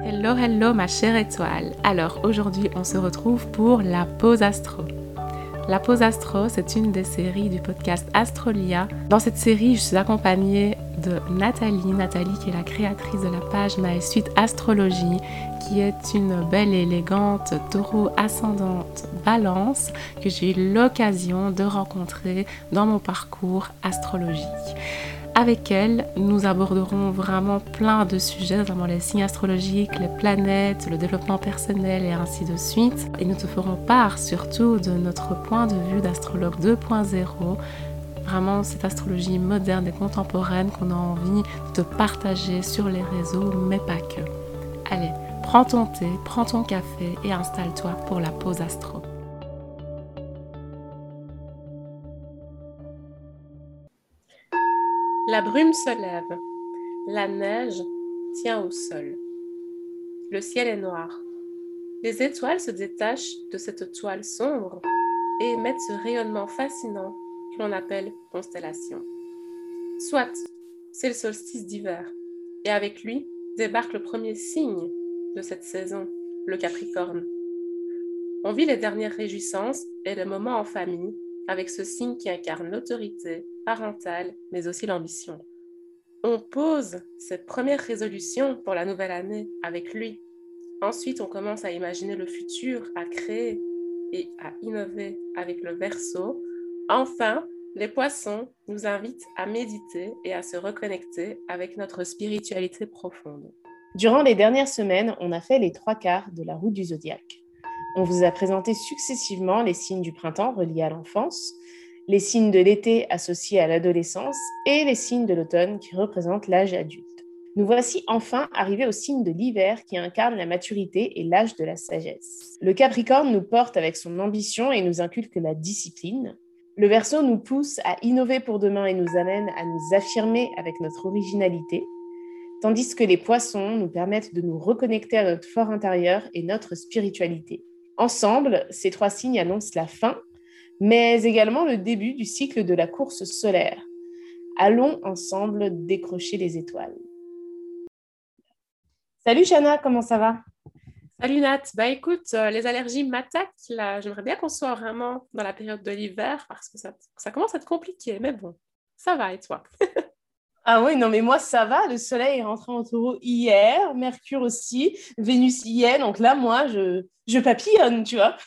Hello, hello ma chère étoile. Alors aujourd'hui on se retrouve pour la pause astro. La pause astro, c'est une des séries du podcast Astrolia. Dans cette série, je suis accompagnée de Nathalie qui est la créatrice de la page MySuite Astrologie, qui est une belle et élégante taureau ascendante balance que j'ai eu l'occasion de rencontrer dans mon parcours astrologique. Avec elle, nous aborderons vraiment plein de sujets, notamment les signes astrologiques, les planètes, le développement personnel et ainsi de suite. Et nous te ferons part surtout de notre point de vue d'astrologue 2.0, vraiment cette astrologie moderne et contemporaine qu'on a envie de partager sur les réseaux, mais pas que. Allez, prends ton thé, prends ton café et installe-toi pour la pause astro. La brume se lève, la neige tient au sol. Le ciel est noir. Les étoiles se détachent de cette toile sombre et émettent ce rayonnement fascinant que l'on appelle constellation. Soit, c'est le solstice d'hiver, et avec lui débarque le premier signe de cette saison, le Capricorne. On vit les dernières réjouissances et les moments en famille avec ce signe qui incarne l'autorité parentale, mais aussi l'ambition. On pose cette première résolution pour la nouvelle année avec lui. Ensuite, on commence à imaginer le futur, à créer et à innover avec le Verseau. Enfin, les Poissons nous invitent à méditer et à se reconnecter avec notre spiritualité profonde. Durant les dernières semaines, on a fait les 3/4 de la route du zodiaque. On vous a présenté successivement les signes du printemps reliés à l'enfance, les signes de l'été associés à l'adolescence et les signes de l'automne qui représentent l'âge adulte. Nous voici enfin arrivés au signe de l'hiver qui incarne la maturité et l'âge de la sagesse. Le Capricorne nous porte avec son ambition et nous inculque la discipline. Le Verseau nous pousse à innover pour demain et nous amène à nous affirmer avec notre originalité, tandis que les Poissons nous permettent de nous reconnecter à notre fort intérieur et notre spiritualité. Ensemble, ces 3 signes annoncent la fin, mais également le début du cycle de la course solaire. Allons ensemble décrocher les étoiles. Salut Chana, comment ça va? Salut Nat, écoute, les allergies m'attaquent là, j'aimerais bien qu'on soit vraiment dans la période de l'hiver parce que ça commence à être compliqué, mais bon, ça va et toi? Ah oui, non mais moi ça va, le soleil est rentré en taureau hier, Mercure aussi, Vénus hier, donc là moi je papillonne, tu vois.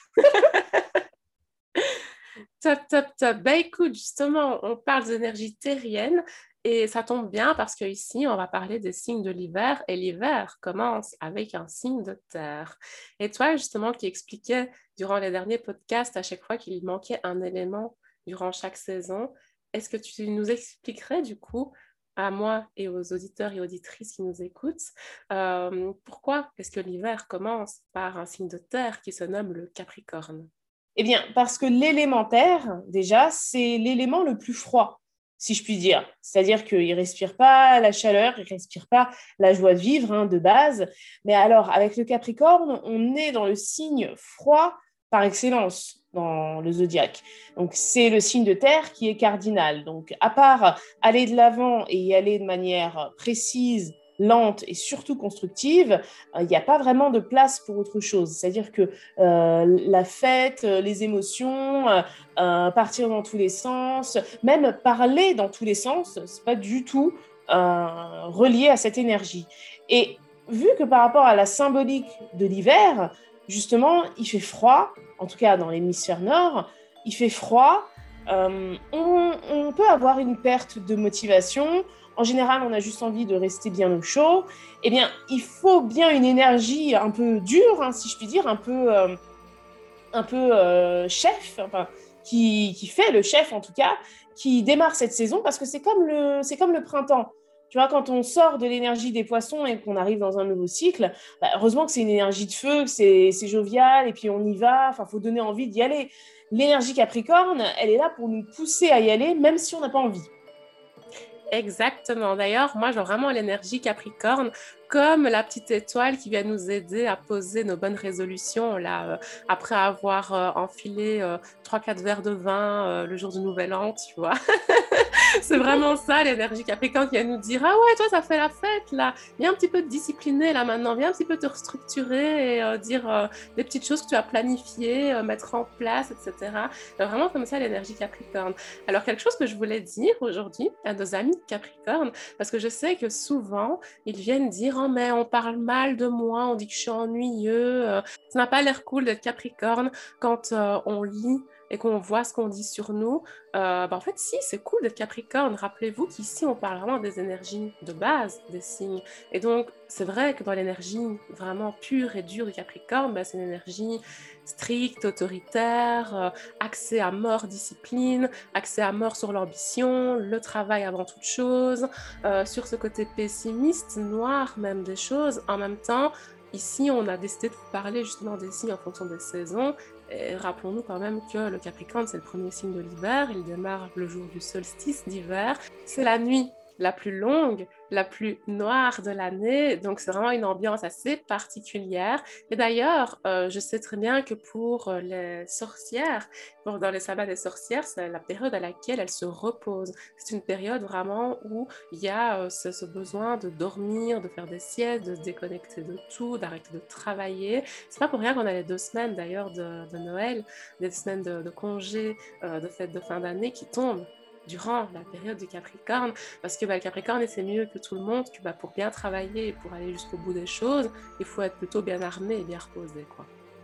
Top, top, top. Écoute, justement, on parle d'énergie terrienne et ça tombe bien parce qu'ici, on va parler des signes de l'hiver et l'hiver commence avec un signe de terre. Et toi, justement, qui expliquais durant les derniers podcasts à chaque fois qu'il manquait un élément durant chaque saison, est-ce que tu nous expliquerais du coup à moi et aux auditeurs et auditrices qui nous écoutent, pourquoi est-ce que l'hiver commence par un signe de terre qui se nomme le Capricorne? Eh bien, parce que l'élémentaire, déjà, c'est l'élément le plus froid, si je puis dire. C'est-à-dire qu'il ne respire pas la chaleur, il ne respire pas la joie de vivre de base. Mais alors, avec le Capricorne, on est dans le signe froid par excellence dans le zodiaque. Donc, c'est le signe de terre qui est cardinal. Donc, à part aller de l'avant et y aller de manière précise, lente et surtout constructive, il n'y a pas vraiment de place pour autre chose. C'est-à-dire que la fête, les émotions, partir dans tous les sens, même parler dans tous les sens, c'est pas du tout relié à cette énergie. Et vu que par rapport à la symbolique de l'hiver, justement, il fait froid, en tout cas dans l'hémisphère nord, il fait froid, on peut avoir une perte de motivation. En général, on a juste envie de rester bien au chaud. Eh bien, il faut bien une énergie un peu dure, si je puis dire, un peu chef, enfin, qui fait le chef en tout cas, qui démarre cette saison parce que c'est comme le printemps. Tu vois, quand on sort de l'énergie des poissons et qu'on arrive dans un nouveau cycle, heureusement que c'est une énergie de feu, que c'est jovial et puis on y va, enfin, faut donner envie d'y aller. L'énergie Capricorne, elle est là pour nous pousser à y aller, même si on n'a pas envie. Exactement. D'ailleurs, moi, j'ai vraiment l'énergie Capricorne comme la petite étoile qui vient nous aider à poser nos bonnes résolutions là, après avoir enfilé 3-4 verres de vin le jour du Nouvel An, tu vois. C'est vraiment ça l'énergie Capricorne qui vient nous dire ah ouais, toi ça fait la fête là, viens un petit peu te discipliner là maintenant, viens un petit peu te restructurer et dire les petites choses que tu as planifiées, mettre en place, etc. Vraiment comme ça l'énergie Capricorne. Alors quelque chose que je voulais dire aujourd'hui à nos amis Capricorne, parce que je sais que souvent ils viennent dire oh mais on parle mal de moi, on dit que je suis ennuyeux, ça n'a pas l'air cool d'être Capricorne quand on lit et qu'on voit ce qu'on dit sur nous. En fait, si, c'est cool d'être Capricorne. Rappelez-vous qu'ici, on parle vraiment des énergies de base des signes. Et donc, c'est vrai que dans l'énergie vraiment pure et dure du Capricorne, c'est une énergie stricte, autoritaire, axée à mort discipline, axée à mort sur l'ambition, le travail avant toute chose, sur ce côté pessimiste, noir même des choses. En même temps, ici, on a décidé de vous parler justement des signes en fonction des saisons. Et rappelons-nous quand même que le Capricorne, c'est le premier signe de l'hiver. Il démarre le jour du solstice d'hiver. C'est la nuit la plus longue, la plus noire de l'année. Donc, c'est vraiment une ambiance assez particulière. Et d'ailleurs, je sais très bien que pour les sorcières, dans les sabbats des sorcières, c'est la période à laquelle elles se reposent. C'est une période vraiment où il y a ce besoin de dormir, de faire des siestes, de se déconnecter de tout, d'arrêter de travailler. C'est pas pour rien qu'on a les 2 semaines d'ailleurs de Noël, des semaines de congés, de fêtes de fin d'année qui tombent durant la période du Capricorne, parce que le Capricorne, c'est mieux que tout le monde, que pour bien travailler et pour aller jusqu'au bout des choses, il faut être plutôt bien armé et bien reposé, quoi.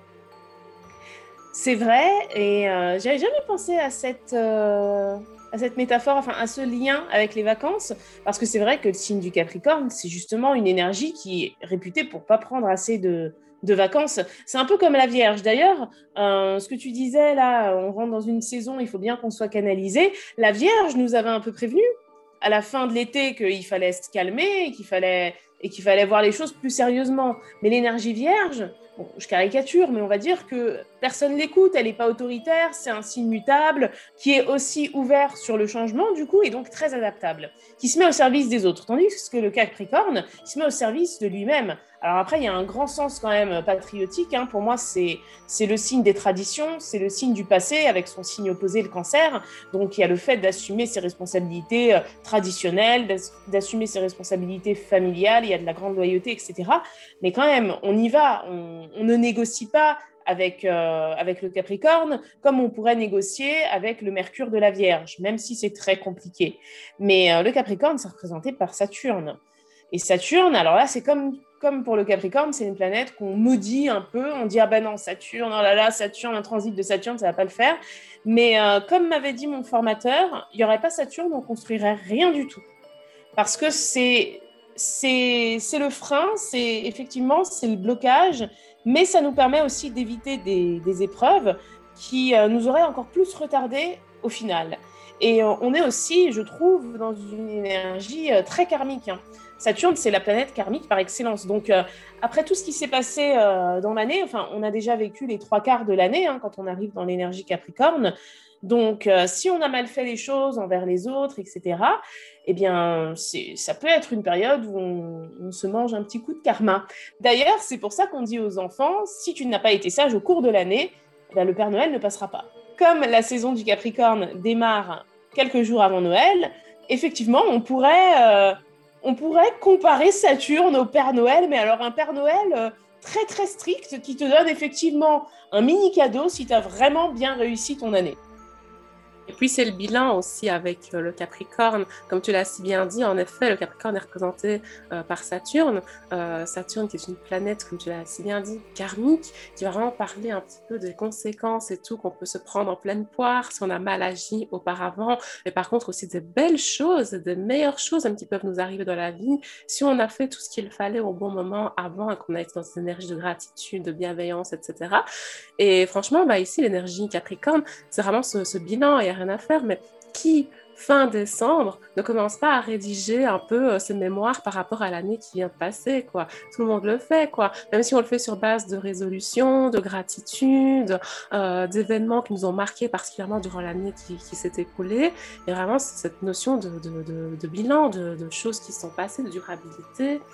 C'est vrai, et j'avais jamais pensé à cette métaphore, enfin à ce lien avec les vacances, parce que c'est vrai que le signe du Capricorne, c'est justement une énergie qui est réputée pour pas prendre assez de vacances. C'est un peu comme la Vierge. D'ailleurs, ce que tu disais là, on rentre dans une saison, il faut bien qu'on soit canalisé. La Vierge nous avait un peu prévenu à la fin de l'été qu'il fallait se calmer et qu'il fallait voir les choses plus sérieusement. Mais l'énergie Vierge, bon, je caricature, mais on va dire que personne l'écoute, elle n'est pas autoritaire, c'est un signe mutable, qui est aussi ouvert sur le changement, du coup, et donc très adaptable, qui se met au service des autres. Tandis que le Capricorne, il se met au service de lui-même. Alors après, il y a un grand sens quand même patriotique. Hein. Pour moi, c'est le signe des traditions, c'est le signe du passé, avec son signe opposé, le Cancer. Donc il y a le fait d'assumer ses responsabilités traditionnelles, d'assumer ses responsabilités familiales, il y a de la grande loyauté, etc. Mais quand même, on y va, on ne négocie pas avec le Capricorne comme on pourrait négocier avec le Mercure de la Vierge, même si c'est très compliqué. Mais le Capricorne, c'est représenté par Saturne. Et Saturne, alors là, c'est comme pour le Capricorne, c'est une planète qu'on maudit un peu. On dit, ah ben non, Saturne, oh là là, Saturne, un transit de Saturne, ça va pas le faire. Mais comme m'avait dit mon formateur, il n'y aurait pas Saturne, on construirait rien du tout. Parce que c'est le frein, effectivement, c'est le blocage, mais ça nous permet aussi d'éviter des épreuves qui nous auraient encore plus retardés au final. Et on est aussi, je trouve, dans une énergie très karmique. Hein. Saturne, c'est la planète karmique par excellence. Donc, après tout ce qui s'est passé dans l'année, enfin, on a déjà vécu les 3/4 de l'année hein, quand on arrive dans l'énergie Capricorne. Donc, si on a mal fait les choses envers les autres, etc., eh bien, ça peut être une période où on se mange un petit coup de karma. D'ailleurs, c'est pour ça qu'on dit aux enfants, si tu n'as pas été sage au cours de l'année, eh bien, le Père Noël ne passera pas. Comme la saison du Capricorne démarre quelques jours avant Noël, effectivement, on pourrait comparer Saturne au Père Noël, mais alors un Père Noël très très strict qui te donne effectivement un mini cadeau si tu as vraiment bien réussi ton année. Et puis c'est le bilan aussi avec le Capricorne. Comme tu l'as si bien dit, en effet, le Capricorne est représenté par Saturne. Saturne qui est une planète, comme tu l'as si bien dit, karmique, qui va vraiment parler un petit peu des conséquences et tout, qu'on peut se prendre en pleine poire si on a mal agi auparavant. Mais par contre aussi des belles choses, des meilleures choses même qui peuvent nous arriver dans la vie si on a fait tout ce qu'il fallait au bon moment avant et qu'on a été dans cette énergie de gratitude, de bienveillance, etc. Et franchement, ici, l'énergie Capricorne, c'est vraiment ce bilan, il n'y a rien à faire, mais qui, fin décembre, ne commence pas à rédiger un peu ses mémoires par rapport à l'année qui vient de passer, quoi. Tout le monde le fait, quoi. Même si on le fait sur base de résolutions, de gratitude, d'événements qui nous ont marqués particulièrement durant l'année qui s'est écoulée. Et vraiment, cette notion de bilan, de choses qui sont passées, de durabilité,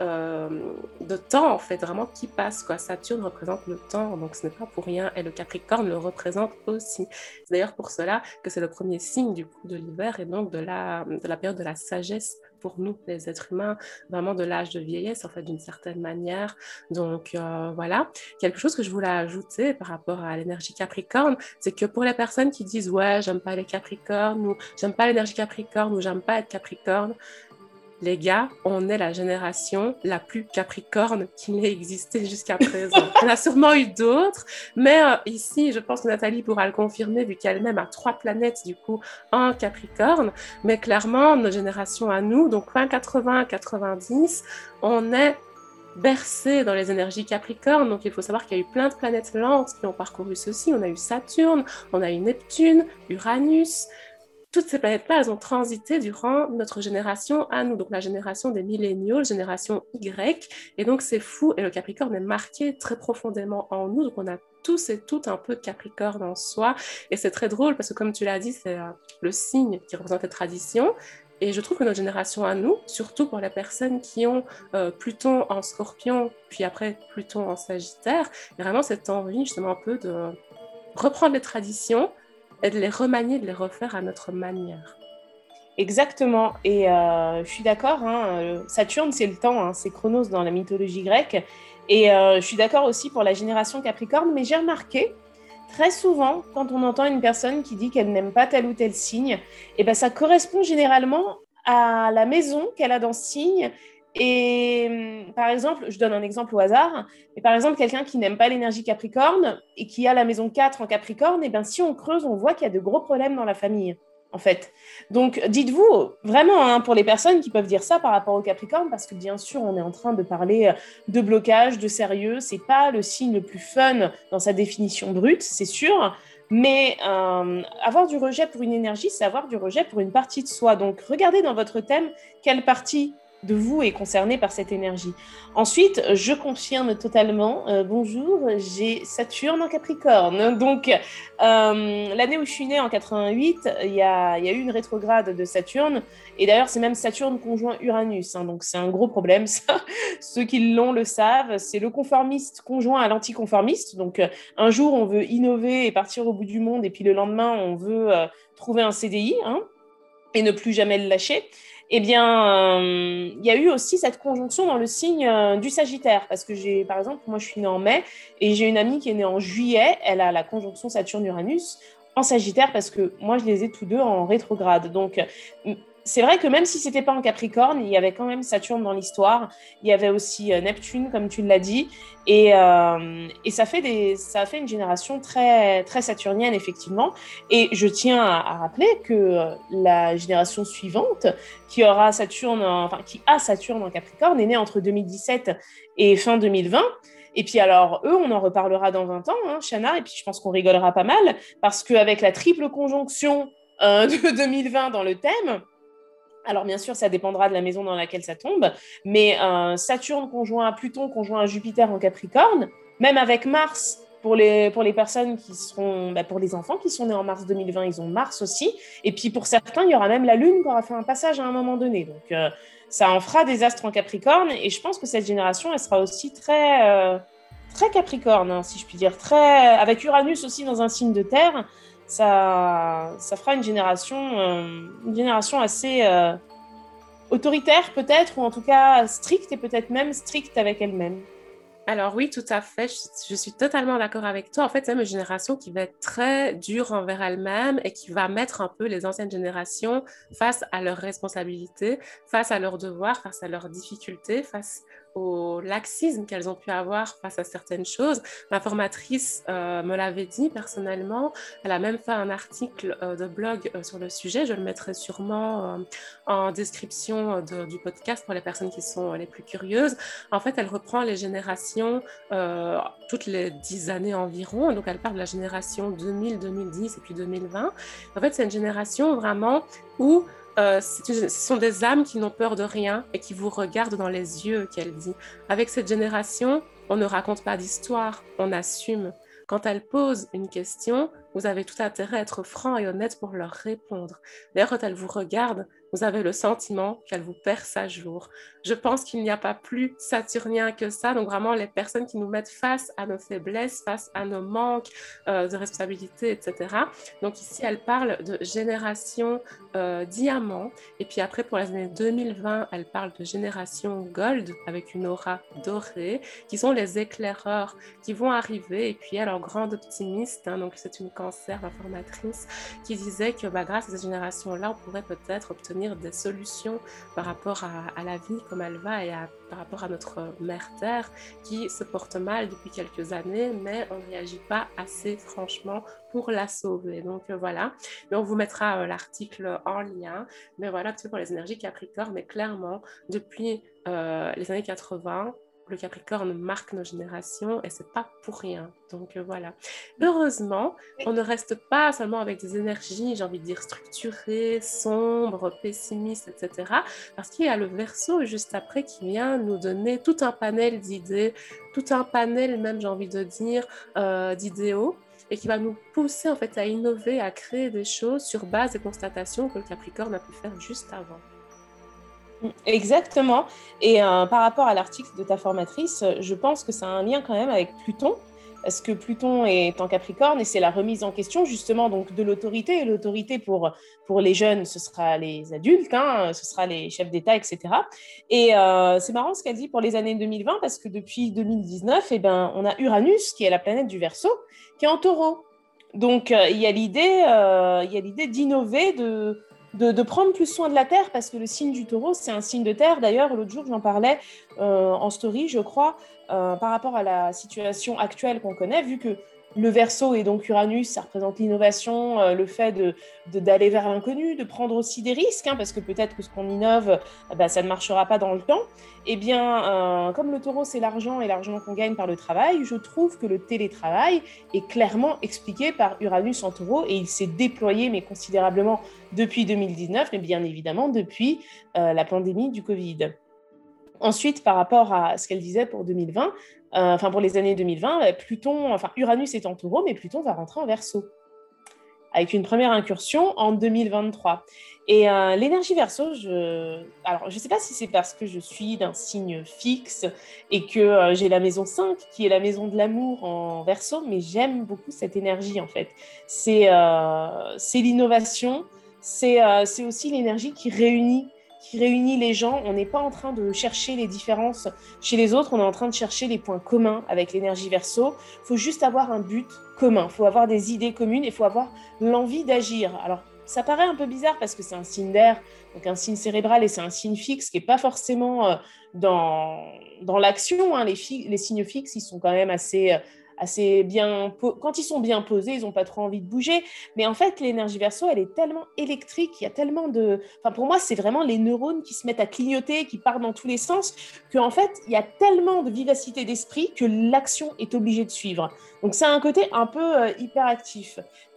de temps, en fait, vraiment qui passe, quoi. Saturne représente le temps, donc ce n'est pas pour rien, et le Capricorne le représente aussi. C'est d'ailleurs pour cela que c'est le premier signe du coup de l'hiver et donc de la période de la sagesse pour nous, les êtres humains, vraiment de l'âge de vieillesse, en fait, d'une certaine manière. Donc, voilà. Quelque chose que je voulais ajouter par rapport à l'énergie Capricorne, c'est que pour les personnes qui disent « Ouais, j'aime pas les Capricornes » ou « J'aime pas l'énergie Capricorne » ou « J'aime pas être Capricorne », les gars, on est la génération la plus capricorne qui n'ait existé jusqu'à présent. Il y en a sûrement eu d'autres, mais ici, je pense que Nathalie pourra le confirmer vu qu'elle-même a 3 planètes du coup en Capricorne. Mais clairement, notre génération à nous, donc fin 80, 90, on est bercé dans les énergies Capricorne. Donc il faut savoir qu'il y a eu plein de planètes lentes qui ont parcouru ceci. On a eu Saturne, on a eu Neptune, Uranus. Toutes ces planètes-là, elles ont transité durant notre génération à nous, donc la génération des milléniaux, génération Y, et donc c'est fou, et le Capricorne est marqué très profondément en nous, donc on a tous et toutes un peu de Capricorne en soi, et c'est très drôle parce que comme tu l'as dit, c'est le signe qui représente les traditions, et je trouve que notre génération à nous, surtout pour les personnes qui ont Pluton en Scorpion, puis après Pluton en Sagittaire, il y a vraiment cette envie justement un peu de reprendre les traditions, et de les remanier, de les refaire à notre manière. Exactement. Et je suis d'accord, hein, Saturne, c'est le temps, hein, c'est Chronos dans la mythologie grecque. Et je suis d'accord aussi pour la génération Capricorne, mais j'ai remarqué, très souvent, quand on entend une personne qui dit qu'elle n'aime pas tel ou tel signe, et ben, ça correspond généralement à la maison qu'elle a dans ce signe. Et par exemple, je donne un exemple au hasard, mais par exemple, quelqu'un qui n'aime pas l'énergie Capricorne et qui a la maison 4 en Capricorne, et ben, si on creuse, on voit qu'il y a de gros problèmes dans la famille, en fait. Donc, dites-vous, vraiment, hein, pour les personnes qui peuvent dire ça par rapport au Capricorne, parce que bien sûr, on est en train de parler de blocage, de sérieux, c'est pas le signe le plus fun dans sa définition brute, c'est sûr, mais avoir du rejet pour une énergie, c'est avoir du rejet pour une partie de soi. Donc, regardez dans votre thème quelle partie de vous est concernée par cette énergie. Ensuite, je confirme totalement, bonjour, j'ai Saturne en Capricorne. Donc, l'année où je suis née, en 88, il y a eu une rétrograde de Saturne. Et d'ailleurs, c'est même Saturne conjoint Uranus. Hein, donc, c'est un gros problème, ça. Ceux qui l'ont le savent. C'est le conformiste conjoint à l'anticonformiste. Donc, un jour, on veut innover et partir au bout du monde. Et puis, le lendemain, on veut trouver un CDI, hein, et ne plus jamais le lâcher. Eh bien, il y a eu aussi cette conjonction dans le signe du Sagittaire. Parce que par exemple, moi, je suis née en mai et j'ai une amie qui est née en juillet. Elle a la conjonction Saturne-Uranus en Sagittaire parce que moi, je les ai tous deux en rétrograde. Donc, c'est vrai que même si c'était pas en Capricorne, il y avait quand même Saturne dans l'histoire. Il y avait aussi Neptune, comme tu l'as dit. Et ça fait une génération très, très saturnienne, effectivement. Et je tiens à rappeler que la génération suivante, qui a Saturne en Capricorne, est née entre 2017 et fin 2020. Et puis alors, eux, on en reparlera dans 20 ans, hein, Chana, et puis je pense qu'on rigolera pas mal, parce qu'avec la triple conjonction de 2020 dans le thème, alors bien sûr, ça dépendra de la maison dans laquelle ça tombe, mais Saturne conjoint à Pluton, conjoint à Jupiter en Capricorne, même avec Mars, pour les personnes qui seront, pour les enfants qui sont nés en mars 2020, ils ont Mars aussi, et puis pour certains, il y aura même la Lune qui aura fait un passage à un moment donné, donc ça en fera des astres en Capricorne, et je pense que cette génération, elle sera aussi très, très Capricorne, hein, si je puis dire, avec Uranus aussi dans un signe de terre. Ça fera une génération assez autoritaire peut-être, ou en tout cas stricte, et peut-être même stricte avec elle-même. Alors oui, tout à fait, je suis totalement d'accord avec toi. En fait, c'est une génération qui va être très dure envers elle-même et qui va mettre un peu les anciennes générations face à leurs responsabilités, face à leurs devoirs, face à leurs difficultés, face au laxisme qu'elles ont pu avoir face à certaines choses. Ma formatrice me l'avait dit personnellement. Elle a même fait un article de blog sur le sujet. Je le mettrai sûrement en description du podcast pour les personnes qui sont les plus curieuses. En fait, elle reprend les générations toutes les 10 années environ. Donc, elle parle de la génération 2000, 2010 et puis 2020. En fait, c'est une génération vraiment où ce sont des âmes qui n'ont peur de rien et qui vous regardent dans les yeux, qu'elle dit. Avec cette génération, on ne raconte pas d'histoire, on assume. Quand elle pose une question, vous avez tout intérêt à être franc et honnête pour leur répondre. D'ailleurs, quand elles vous regardent, vous avez le sentiment qu'elle vous perce à jour. Je pense qu'il n'y a pas plus saturnien que ça. Donc vraiment, les personnes qui nous mettent face à nos faiblesses, face à nos manques de responsabilité, etc. Donc ici, elle parle de génération diamant. Et puis après, pour les années 2020, elle parle de génération gold avec une aura dorée, qui sont les éclaireurs qui vont arriver. Et puis, alors, grande optimiste, hein, donc c'est une cancer, la formatrice, qui disait que grâce à cette génération-là, on pourrait peut-être obtenir des solutions par rapport à la vie comme elle va et par rapport à notre mère Terre qui se porte mal depuis quelques années, mais on ne réagit pas assez franchement pour la sauver. Donc voilà, mais on vous mettra l'article en lien. Mais voilà, c'est pour les énergies Capricorne, mais clairement, depuis les années 80, le Capricorne marque nos générations et c'est pas pour rien. Donc voilà. Heureusement, on ne reste pas seulement avec des énergies, j'ai envie de dire structurées, sombres, pessimistes, etc. Parce qu'il y a le Verseau juste après qui vient nous donner tout un panel d'idées, tout un panel même, j'ai envie de dire, d'idéaux et qui va nous pousser en fait à innover, à créer des choses sur base des constatations que le Capricorne a pu faire juste avant. Exactement. Et par rapport à l'article de ta formatrice, je pense que ça a un lien quand même avec Pluton, parce que Pluton est en Capricorne et c'est la remise en question justement donc de l'autorité. Et l'autorité pour les jeunes, ce sera les adultes, hein, ce sera les chefs d'État, etc. Et c'est marrant ce qu'elle dit pour les années 2020, parce que depuis 2019, eh ben, on a Uranus, qui est la planète du Verseau, qui est en Taureau. Donc, il y a l'idée d'innover, de prendre plus soin de la Terre, parce que le signe du Taureau, c'est un signe de Terre. D'ailleurs, l'autre jour, j'en parlais en story, je crois, par rapport à la situation actuelle qu'on connaît, vu que le Verseau et donc Uranus, ça représente l'innovation, le fait d'aller vers l'inconnu, de prendre aussi des risques, hein, parce que peut-être que ce qu'on innove, ça ne marchera pas dans le temps. Eh bien, comme le Taureau, c'est l'argent et l'argent qu'on gagne par le travail, je trouve que le télétravail est clairement expliqué par Uranus en Taureau et il s'est déployé, mais considérablement depuis 2019, mais bien évidemment depuis la pandémie du Covid. Ensuite, par rapport à ce qu'elle disait pour 2020, pour les années 2020, Uranus est en Taureau, mais Pluton va rentrer en Verseau, avec une première incursion en 2023. Et l'énergie Verseau, alors je ne sais pas si c'est parce que je suis d'un signe fixe et que j'ai la maison 5, qui est la maison de l'amour en Verseau, mais j'aime beaucoup cette énergie en fait. C'est l'innovation, c'est aussi l'énergie qui réunit les gens. On n'est pas en train de chercher les différences chez les autres, on est en train de chercher les points communs avec l'énergie Verseau. Il faut juste avoir un but commun, il faut avoir des idées communes et il faut avoir l'envie d'agir. Alors, ça paraît un peu bizarre parce que c'est un signe d'air, donc un signe cérébral, et c'est un signe fixe qui n'est pas forcément dans l'action. Hein. Les signes fixes, ils sont quand même assez bien... Quand ils sont bien posés, ils n'ont pas trop envie de bouger. Mais en fait, l'énergie Verseau, elle est tellement électrique, il y a tellement de... Enfin, pour moi, c'est vraiment les neurones qui se mettent à clignoter, qui partent dans tous les sens, qu'en fait, il y a tellement de vivacité d'esprit que l'action est obligée de suivre. Donc, c'est un côté un peu hyperactif.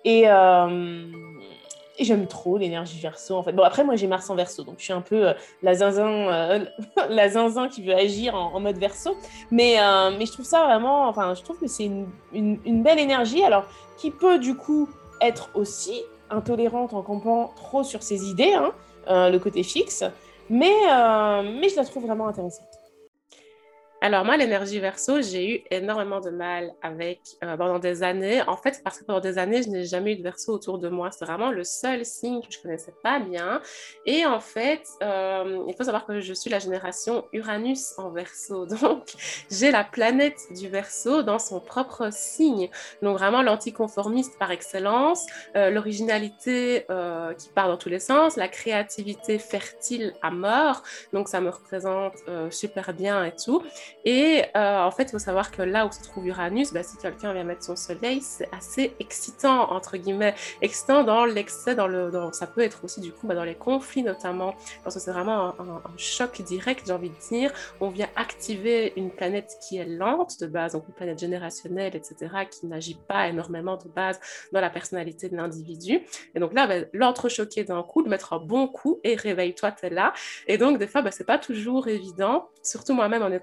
Et j'aime trop l'énergie Verseau, en fait. Bon, après, moi, j'ai Mars en Verseau, donc je suis un peu la zinzin qui veut agir en mode Verseau. Mais je trouve ça vraiment... Enfin, je trouve que c'est une belle énergie, alors qui peut, du coup, être aussi intolérante en campant trop sur ses idées, hein, le côté fixe, mais je la trouve vraiment intéressante. Alors moi, l'énergie Verseau, j'ai eu énormément de mal avec pendant des années. En fait, parce que pendant des années, je n'ai jamais eu de Verseau autour de moi. C'est vraiment le seul signe que je connaissais pas bien. Et en fait, il faut savoir que je suis la génération Uranus en Verseau. Donc, j'ai la planète du Verseau dans son propre signe. Donc, vraiment l'anticonformiste par excellence, l'originalité qui part dans tous les sens, la créativité fertile à mort. Donc, ça me représente super bien et tout. Et en fait, il faut savoir que là où se trouve Uranus, si quelqu'un vient mettre son soleil, c'est assez excitant, entre guillemets. Excitant dans l'excès, ça peut être aussi du coup dans les conflits notamment, parce que c'est vraiment un choc direct, j'ai envie de dire. On vient activer une planète qui est lente de base, donc une planète générationnelle, etc., qui n'agit pas énormément de base dans la personnalité de l'individu. Et donc là, l'entrechoquer d'un coup, de mettre un bon coup et réveille-toi, t'es là. Et donc, des fois, c'est pas toujours évident, surtout moi-même en étant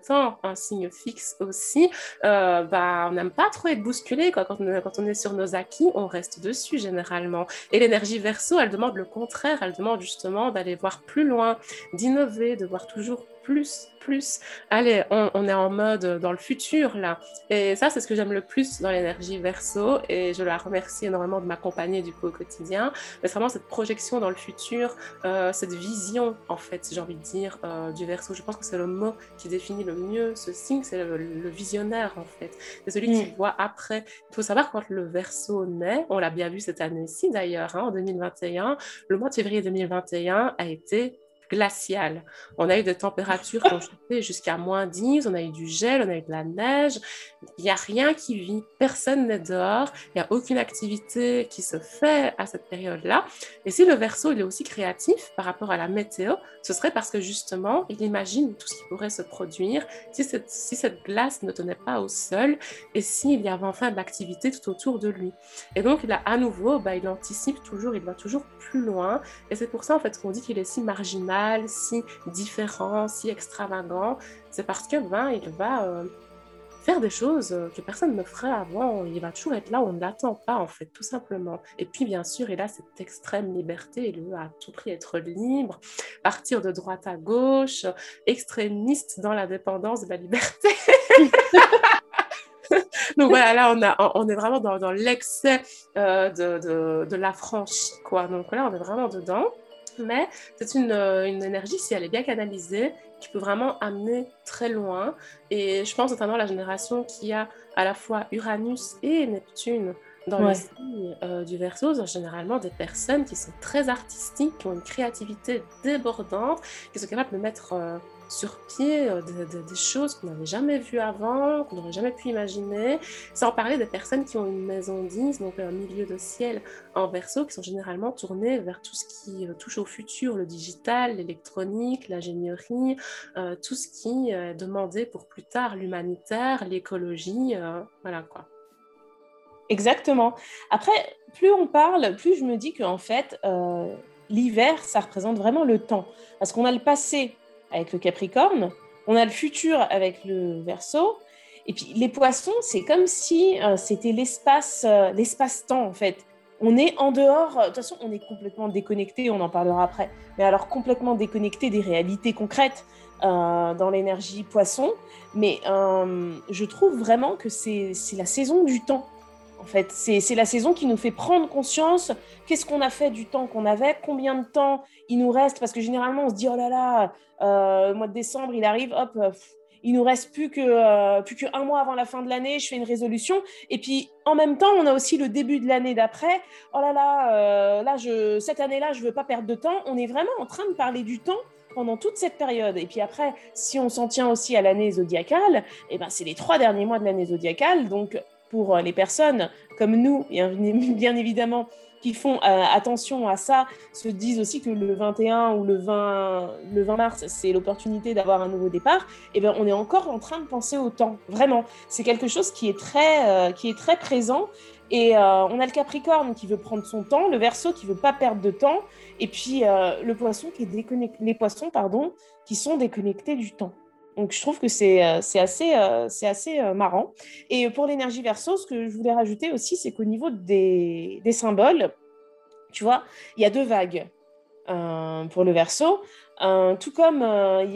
un signe fixe aussi, on n'aime pas trop être bousculé, quoi. Quand on est sur nos acquis, on reste dessus généralement. Et l'énergie Verseau, elle demande le contraire, elle demande justement d'aller voir plus loin, d'innover, de voir toujours plus. Allez, on est en mode dans le futur là. Et ça, c'est ce que j'aime le plus dans l'énergie Verseau. Et je la remercie énormément de m'accompagner du coup au quotidien. Mais c'est vraiment cette projection dans le futur, cette vision en fait, j'ai envie de dire, du Verseau. Je pense que c'est le mot qui définit le mieux ce signe, c'est le visionnaire en fait. C'est celui qui voit après. Il faut savoir quand le Verseau naît, on l'a bien vu cette année-ci d'ailleurs, en 2021, le mois de février 2021 a été glacial. On a eu des températures qui ont chuté jusqu'à -10, on a eu du gel, on a eu de la neige. Il n'y a rien qui vit, personne n'est dehors, il n'y a aucune activité qui se fait à cette période-là. Et si le Verseau il est aussi créatif par rapport à la météo, ce serait parce que justement, il imagine tout ce qui pourrait se produire si cette glace ne tenait pas au sol et s'il y avait enfin de l'activité tout autour de lui. Et donc, à nouveau, il anticipe toujours, il va toujours plus loin. Et c'est pour ça, en fait, qu'on dit qu'il est si marginal, si différent, si extravagant. C'est parce que, il va faire des choses que personne ne ferait avant. Il va toujours être là où on ne l'attend pas, en fait, tout simplement. Et puis, bien sûr, il a cette extrême liberté. Il veut à tout prix être libre, partir de droite à gauche, extrémiste dans la dépendance de la liberté. Donc voilà, là, on est vraiment dans l'excès de la franchise, quoi. Donc là, on est vraiment dedans. Mais c'est une énergie, si elle est bien canalisée, qui peut vraiment amener très loin. Et je pense notamment à la génération qui a à la fois Uranus et Neptune dans le signe du Verseau, sont généralement des personnes qui sont très artistiques, qui ont une créativité débordante, qui sont capables de mettre sur pied des choses qu'on n'avait jamais vues avant, qu'on n'aurait jamais pu imaginer, sans parler des personnes qui ont une maison 10, donc un milieu de ciel en Verseau, qui sont généralement tournés vers tout ce qui touche au futur, le digital, l'électronique, l'ingénierie, tout ce qui est demandé pour plus tard, l'humanitaire, l'écologie, voilà quoi. Exactement. Après, plus on parle, plus je me dis qu'en fait, l'hiver, ça représente vraiment le temps. Parce qu'on a le passé avec le Capricorne, on a le futur avec le Verseau, et puis les poissons, c'est comme si c'était l'espace-temps, en fait. On est en dehors, de toute façon, on est complètement déconnecté, on en parlera après, mais alors complètement déconnecté des réalités concrètes dans l'énergie poisson. Mais je trouve vraiment que c'est la saison du temps. En fait, c'est la saison qui nous fait prendre conscience qu'est-ce qu'on a fait du temps qu'on avait, combien de temps il nous reste, parce que généralement on se dit oh là là, le mois de décembre il arrive, hop, il nous reste plus qu'un mois avant la fin de l'année, je fais une résolution, et puis en même temps on a aussi le début de l'année d'après, oh là là, cette année-là je veux pas perdre de temps. On est vraiment en train de parler du temps pendant toute cette période. Et puis après, si on s'en tient aussi à l'année zodiacale, c'est les 3 derniers mois de l'année zodiacale, donc pour les personnes comme nous, bien évidemment, qui font attention à ça, se disent aussi que le 21 ou le 20 mars, c'est l'opportunité d'avoir un nouveau départ, on est encore en train de penser au temps. Vraiment, c'est quelque chose qui est très présent. Et on a le Capricorne qui veut prendre son temps, le Verseau qui veut pas perdre de temps, et puis le Poisson les Poissons, qui sont déconnectés du temps. Donc, je trouve que c'est assez marrant. Et pour l'énergie Verseau, ce que je voulais rajouter aussi, c'est qu'au niveau des symboles, tu vois, il y a 2 vagues pour le Verseau. Tout comme il y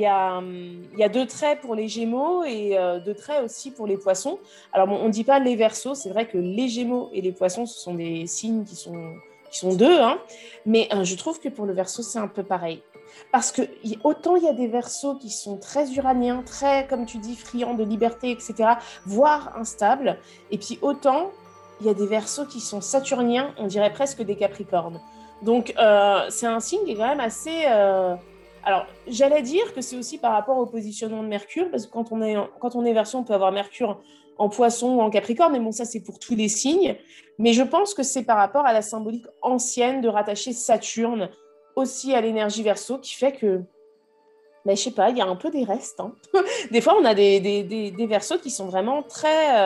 a 2 traits pour les Gémeaux et 2 traits aussi pour les Poissons. Alors, bon, on ne dit pas les Verseaux, c'est vrai que les Gémeaux et les Poissons, ce sont des signes qui sont 2, mais je trouve que pour le Verseau, c'est un peu pareil. Parce que autant il y a des Verseaux qui sont très uraniens, très, comme tu dis, friands de liberté, etc., voire instables, et puis autant il y a des Verseaux qui sont saturniens, on dirait presque des Capricornes. Donc c'est un signe qui est quand même assez... Alors, j'allais dire que c'est aussi par rapport au positionnement de Mercure, parce que quand on est Verseau, on peut avoir Mercure en Poisson ou en Capricorne, mais bon, ça c'est pour tous les signes. Mais je pense que c'est par rapport à la symbolique ancienne de rattacher Saturne aussi à l'énergie Verseau, qui fait que, je sais pas, il y a un peu des restes. Des fois, on a des Verseaux qui sont vraiment très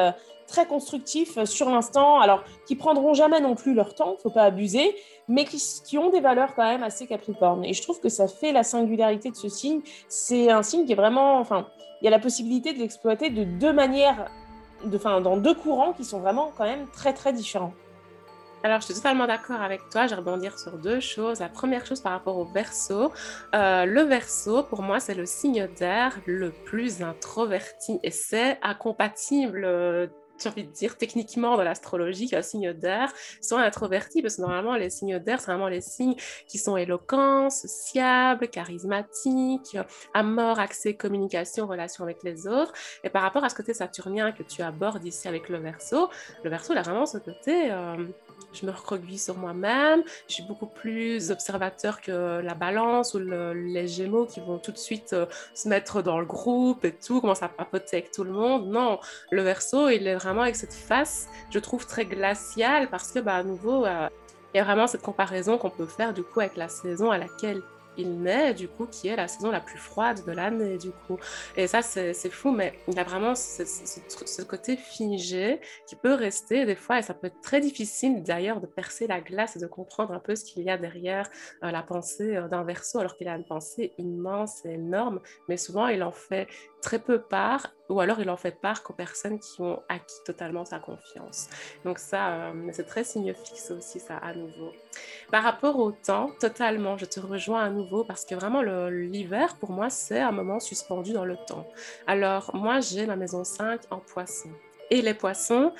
très constructifs sur l'instant, alors qui prendront jamais non plus leur temps, faut pas abuser, mais qui ont des valeurs quand même assez capricornes. Et je trouve que ça fait la singularité de ce signe. C'est un signe qui est vraiment, enfin, il y a la possibilité de l'exploiter de deux manières, dans deux courants qui sont vraiment quand même très très différents. Alors, je suis totalement d'accord avec toi. Je vais rebondir sur deux choses. La première chose par rapport au Verseau. Le Verseau, pour moi, c'est le signe d'air le plus introverti et c'est incompatible. J'ai envie de dire, techniquement, dans l'astrologie, qu'un signe d'air soit introverti, parce que normalement, les signes d'air, c'est vraiment les signes qui sont éloquents, sociables, charismatiques, à mort, accès, communication, relation avec les autres. Et par rapport à ce côté saturnien que tu abordes ici avec le Verseau, il a vraiment ce côté... je me recroqueville sur moi-même, je suis beaucoup plus observateur que la balance ou les gémeaux qui vont tout de suite se mettre dans le groupe et tout, commencer à papoter avec tout le monde. Non, le Verseau, il est vraiment avec cette face, je trouve, très glaciale parce que, à nouveau, il y a vraiment cette comparaison qu'on peut faire du coup avec la saison à laquelle il naît, du coup, qui est la saison la plus froide de l'année, du coup. Et ça, c'est fou, mais il a vraiment ce côté figé qui peut rester des fois, et ça peut être très difficile d'ailleurs de percer la glace et de comprendre un peu ce qu'il y a derrière la pensée d'un Verseau, alors qu'il a une pensée immense et énorme, mais souvent il en fait très peu part, ou alors il en fait part qu'aux personnes qui ont acquis totalement sa confiance. Donc ça, c'est très signe fixe aussi, ça, à nouveau. Par rapport au temps, totalement, je te rejoins à nouveau parce que vraiment l'hiver, pour moi, c'est un moment suspendu dans le temps. Alors, moi, j'ai ma maison 5 en poisson. Et les poissons,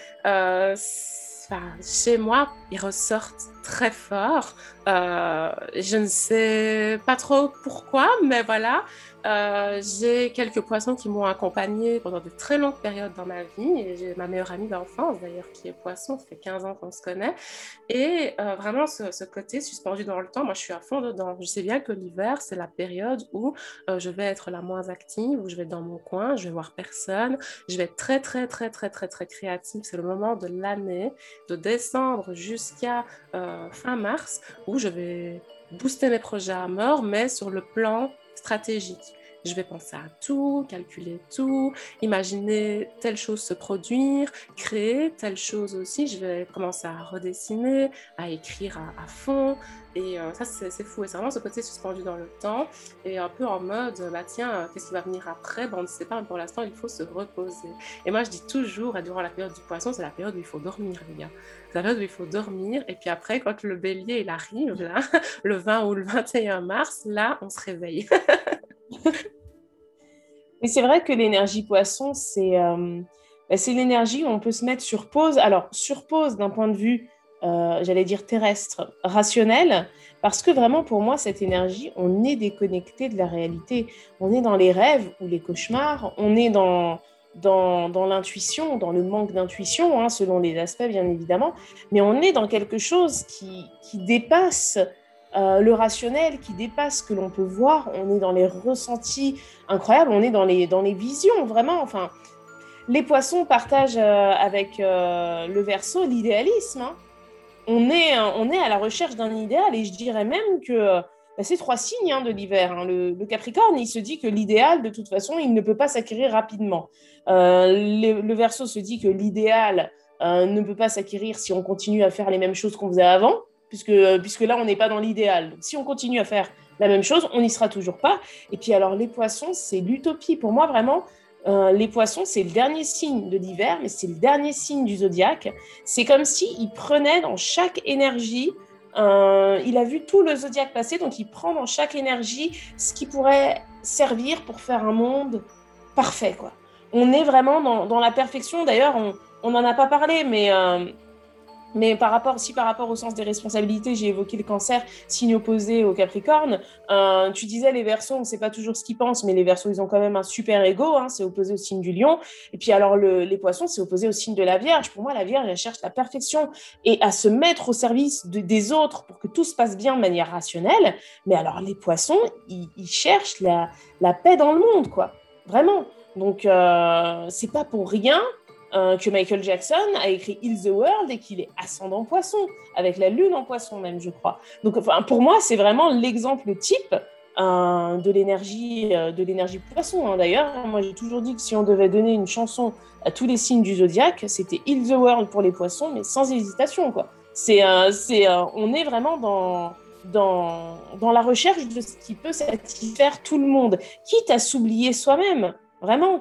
chez moi, ils ressortent très fort. Je ne sais pas trop pourquoi, mais voilà. J'ai quelques poissons qui m'ont accompagnée pendant de très longues périodes dans ma vie. Et j'ai ma meilleure amie d'enfance, d'ailleurs, qui est poisson. Ça fait 15 ans qu'on se connaît. Et vraiment, ce côté suspendu dans le temps, moi, je suis à fond dedans. Je sais bien que l'hiver, c'est la période où je vais être la moins active, où je vais être dans mon coin, je vais voir personne. Je vais être très, très, très, très, très, très créative. C'est le moment de l'année, de décembre jusqu'à fin mars, où je vais booster mes projets à mort, mais sur le plan stratégique. Je vais penser à tout, calculer tout, imaginer telle chose se produire, créer telle chose aussi. Je vais commencer à redessiner, à écrire à fond. Et ça, c'est fou. Et c'est vraiment ce côté suspendu dans le temps et un peu en mode, tiens, qu'est-ce qui va venir après? On ne sait pas, mais pour l'instant, il faut se reposer. Et moi, je dis toujours, durant la période du poisson, c'est la période où il faut dormir, les gars. C'est la période où il faut dormir. Et puis après, quand le bélier, il arrive, là, le 20 ou le 21 mars, là, on se réveille. Mais c'est vrai que l'énergie poisson, c'est l'énergie où on peut se mettre sur pause. Alors, sur pause d'un point de vue, j'allais dire terrestre, rationnel, parce que vraiment, pour moi, cette énergie, on est déconnecté de la réalité. On est dans les rêves ou les cauchemars, on est dans l'intuition, dans le manque d'intuition, hein, selon les aspects, bien évidemment, mais on est dans quelque chose qui dépasse le rationnel, qui dépasse ce que l'on peut voir. On est dans les ressentis incroyables, on est dans les visions, vraiment. Enfin, les poissons partagent avec le Verseau l'idéalisme, hein. On est à la recherche d'un idéal, et je dirais même que c'est trois signes, hein, de l'hiver, hein. Le Capricorne, il se dit que l'idéal, de toute façon, il ne peut pas s'acquérir rapidement. Le Verseau se dit que l'idéal ne peut pas s'acquérir si on continue à faire les mêmes choses qu'on faisait avant, puisque là, on n'est pas dans l'idéal. Donc, si on continue à faire la même chose, on n'y sera toujours pas. Et puis alors, les poissons, c'est l'utopie. Pour moi, vraiment, les poissons, c'est le dernier signe de l'hiver, mais c'est le dernier signe du zodiaque. C'est comme s'il prenait dans chaque énergie, il a vu tout le zodiaque passer, donc il prend dans chaque énergie ce qui pourrait servir pour faire un monde parfait, quoi. On est vraiment dans la perfection. D'ailleurs, on n'en a pas parlé, mais par rapport au sens des responsabilités, j'ai évoqué le Cancer, signe opposé au Capricorne. Tu disais les Verseaux, on ne sait pas toujours ce qu'ils pensent, mais les Verseaux, ils ont quand même un super ego, hein, c'est opposé au signe du Lion. Et puis alors les Poissons, c'est opposé au signe de la Vierge. Pour moi, la Vierge, elle cherche la perfection et à se mettre au service des autres pour que tout se passe bien de manière rationnelle. Mais alors les Poissons, ils cherchent la paix dans le monde, quoi. Vraiment. Donc c'est pas pour rien que Michael Jackson a écrit Heal the World et qu'il est ascendant poisson, avec la lune en poisson même, je crois. Donc, enfin, pour moi, c'est vraiment l'exemple type de l'énergie poisson. Hein. D'ailleurs, moi j'ai toujours dit que si on devait donner une chanson à tous les signes du zodiaque, c'était Heal the World pour les poissons, mais sans hésitation, quoi. On est vraiment dans la recherche de ce qui peut satisfaire tout le monde, quitte à s'oublier soi-même, vraiment,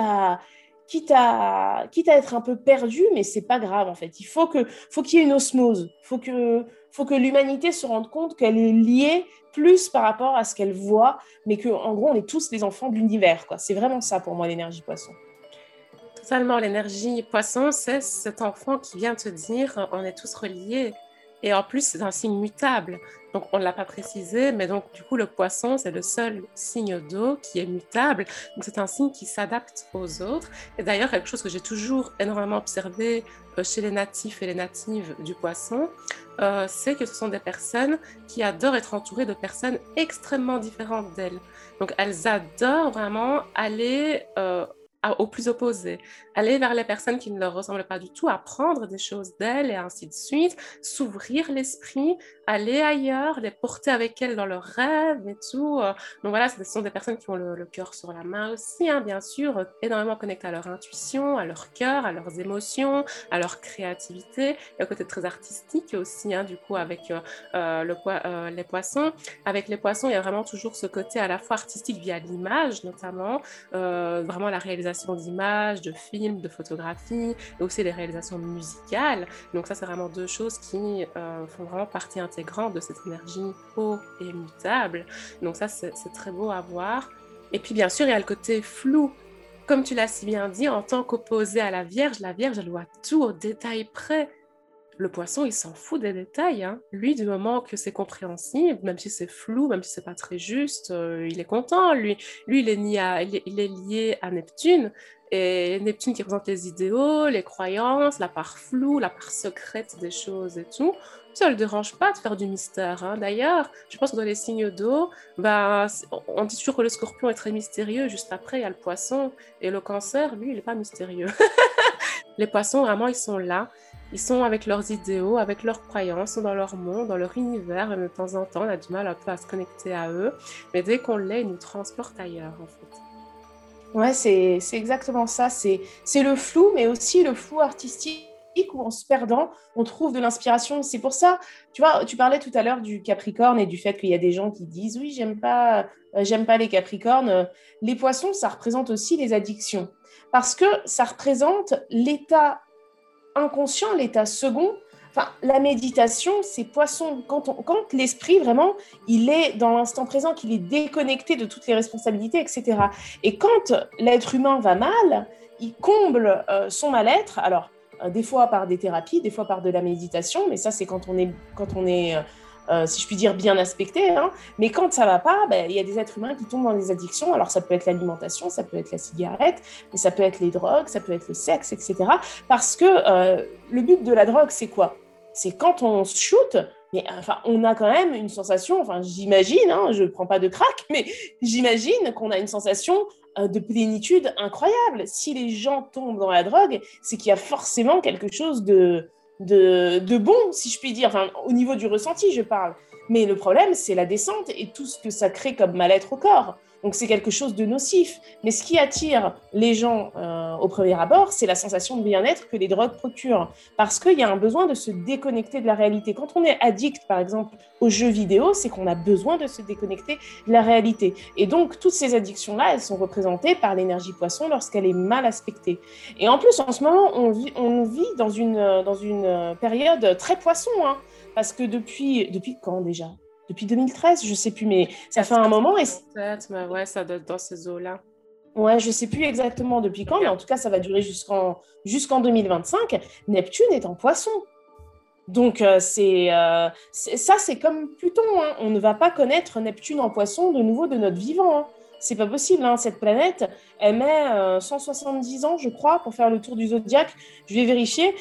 quitte à être un peu perdu, mais c'est pas grave en fait. Faut qu'il y ait une osmose, faut que l'humanité se rende compte qu'elle est liée plus par rapport à ce qu'elle voit, mais qu'en gros, on est tous des enfants de l'univers, quoi. C'est vraiment ça pour moi, l'énergie poisson. Totalement, l'énergie poisson, c'est cet enfant qui vient te dire on est tous reliés. Et en plus, c'est un signe mutable. Donc, on ne l'a pas précisé, mais donc, du coup, le poisson, c'est le seul signe d'eau qui est mutable. Donc, c'est un signe qui s'adapte aux autres. Et d'ailleurs, quelque chose que j'ai toujours énormément observé chez les natifs et les natives du poisson, c'est que ce sont des personnes qui adorent être entourées de personnes extrêmement différentes d'elles. Donc, elles adorent vraiment aller au plus opposé, aller vers les personnes qui ne leur ressemblent pas du tout, apprendre des choses d'elles et ainsi de suite, s'ouvrir l'esprit, aller ailleurs, les porter avec elles dans leurs rêves et tout. Donc voilà, ce sont des personnes qui ont le cœur sur la main aussi, hein, bien sûr, énormément connectées à leur intuition, à leur cœur, à leurs émotions, à leur créativité, et un côté très artistique aussi, hein, du coup, avec les poissons. Avec les poissons, il y a vraiment toujours ce côté à la fois artistique via l'image, notamment, vraiment la réalisation d'images, de films, de photographies, et aussi les réalisations musicales. Donc ça, c'est vraiment deux choses qui font vraiment partie intégrante de cette énergie eau et mutable. Donc ça, c'est très beau à voir. Et puis, bien sûr, il y a le côté flou. Comme tu l'as si bien dit, en tant qu'opposé à la Vierge, elle voit tout au détail près. Le poisson, il s'en fout des détails. Hein. Lui, du moment que c'est compréhensible, même si c'est flou, même si c'est pas très juste, il est content. Lui il est lié à Neptune. Et Neptune qui représente les idéaux, les croyances, la part floue, la part secrète des choses et tout. Ça ne le dérange pas de faire du mystère. Hein. D'ailleurs, je pense que dans les signes d'eau, ben, on dit toujours que le scorpion est très mystérieux. Juste après, il y a le poisson. Et le cancer, lui, il n'est pas mystérieux. Les poissons, vraiment, ils sont là. Ils sont avec leurs idéaux, avec leurs croyances, sont dans leur monde, dans leur univers. Et de temps en temps, on a du mal un peu à se connecter à eux. Mais dès qu'on l'est, ils nous transportent ailleurs, en fait. Ouais, c'est exactement ça. C'est le flou, mais aussi le flou artistique où en se perdant, on trouve de l'inspiration. C'est pour ça, tu vois, tu parlais tout à l'heure du Capricorne et du fait qu'il y a des gens qui disent oui, j'aime pas les Capricornes. Les poissons, ça représente aussi les addictions parce que ça représente l'état inconscient, l'état second. Enfin, la méditation, c'est poisson. Quand l'esprit, vraiment, il est dans l'instant présent, qu'il est déconnecté de toutes les responsabilités, etc. Et quand l'être humain va mal, il comble son mal-être. Alors, des fois par des thérapies, des fois par de la méditation, mais ça, c'est quand on est si je puis dire, bien aspecté. Hein. Mais quand ça va pas, ben, y a des êtres humains qui tombent dans des addictions. Alors, ça peut être l'alimentation, ça peut être la cigarette, mais ça peut être les drogues, ça peut être le sexe, etc. Parce que le but de la drogue, c'est quoi? C'est quand on se shoot, mais enfin, on a quand même une sensation, enfin, j'imagine, hein, je ne prends pas de crack, mais j'imagine qu'on a une sensation de plénitude incroyable. Si les gens tombent dans la drogue, c'est qu'il y a forcément quelque chose de bon, si je puis dire, enfin, au niveau du ressenti, je parle. Mais le problème, c'est la descente et tout ce que ça crée comme mal-être au corps. Donc, c'est quelque chose de nocif. Mais ce qui attire les gens au premier abord, c'est la sensation de bien-être que les drogues procurent. Parce qu'il y a un besoin de se déconnecter de la réalité. Quand on est addict, par exemple, aux jeux vidéo, c'est qu'on a besoin de se déconnecter de la réalité. Et donc, toutes ces addictions-là, elles sont représentées par l'énergie poisson lorsqu'elle est mal aspectée. Et en plus, en ce moment, on vit dans une période très poisson, hein, parce que depuis quand déjà? Depuis 2013, je ne sais plus, mais ça fait un moment. Peut-être, mais ouais, ça doit être dans ces eaux-là. Ouais, je ne sais plus exactement depuis quand, mais en tout cas, ça va durer jusqu'en 2025. Neptune est en poisson. Donc, c'est comme Pluton. Hein. On ne va pas connaître Neptune en poisson de nouveau de notre vivant. Hein. C'est pas possible. Hein. Cette planète, elle met 170 ans, je crois, pour faire le tour du zodiaque. Je vais vérifier,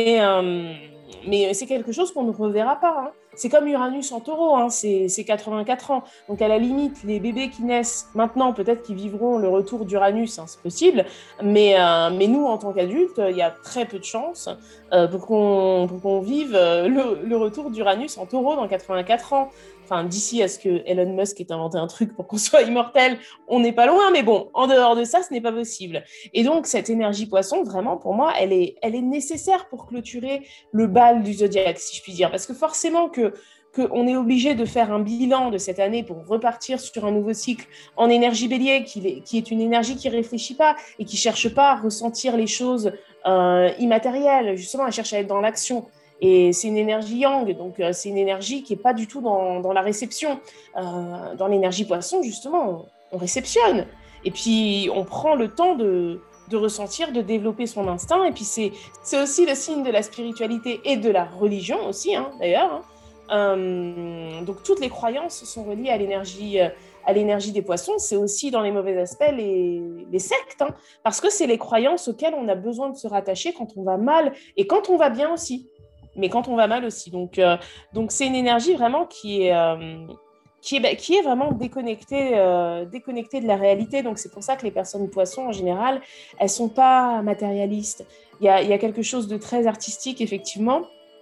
mais c'est quelque chose qu'on ne reverra pas. Hein. C'est comme Uranus en taureau, hein. C'est 84 ans. Donc, à la limite, les bébés qui naissent maintenant, peut-être qu'ils vivront le retour d'Uranus, hein, c'est possible. Mais nous, en tant qu'adultes, il y a très peu de chances pour qu'on vive le retour d'Uranus en taureau dans 84 ans. Enfin, d'ici à ce que Elon Musk ait inventé un truc pour qu'on soit immortel, on n'est pas loin, mais bon, en dehors de ça, ce n'est pas possible. Et donc, cette énergie poisson, vraiment, pour moi, elle est nécessaire pour clôturer le bal du zodiaque, si je puis dire. Parce que forcément qu'on est obligé de faire un bilan de cette année pour repartir sur un nouveau cycle en énergie bélier, qui est une énergie qui ne réfléchit pas et qui ne cherche pas à ressentir les choses immatérielles. Justement, elle cherche à être dans l'action. Et c'est une énergie yang, donc c'est une énergie qui n'est pas du tout dans la réception. Dans l'énergie poisson, justement, on réceptionne. Et puis, on prend le temps de ressentir, de développer son instinct. Et puis, c'est aussi le signe de la spiritualité et de la religion aussi, hein, d'ailleurs. Donc, toutes les croyances sont reliées à l'énergie des poissons. C'est aussi, dans les mauvais aspects, les sectes, hein, parce que c'est les croyances auxquelles on a besoin de se rattacher quand on va mal et quand on va bien aussi. Mais quand on va mal aussi. Donc c'est une énergie vraiment qui est vraiment déconnectée de la réalité. Donc, c'est pour ça que les personnes poissons, en général, elles ne sont pas matérialistes. Il y a quelque chose de très artistique, effectivement.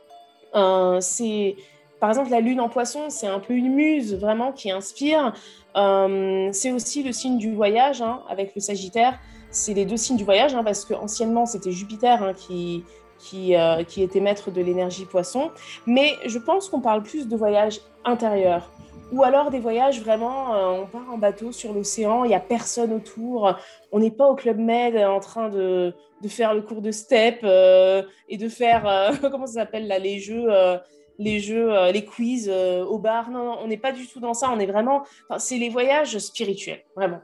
Par exemple, la lune en poisson, c'est un peu une muse, vraiment, qui inspire. C'est aussi le signe du voyage, hein, avec le Sagittaire. C'est les deux signes du voyage, hein, parce qu'anciennement, c'était Jupiter, hein, qui était maître de l'énergie poisson. Mais je pense qu'on parle plus de voyage intérieur. Ou alors des voyages vraiment, on part en bateau sur l'océan, il n'y a personne autour, on n'est pas au Club Med en train de faire le cours de step et de faire, comment ça s'appelle là, les quiz au bar. Non, non, on n'est pas du tout dans ça, on est vraiment, c'est les voyages spirituels, vraiment.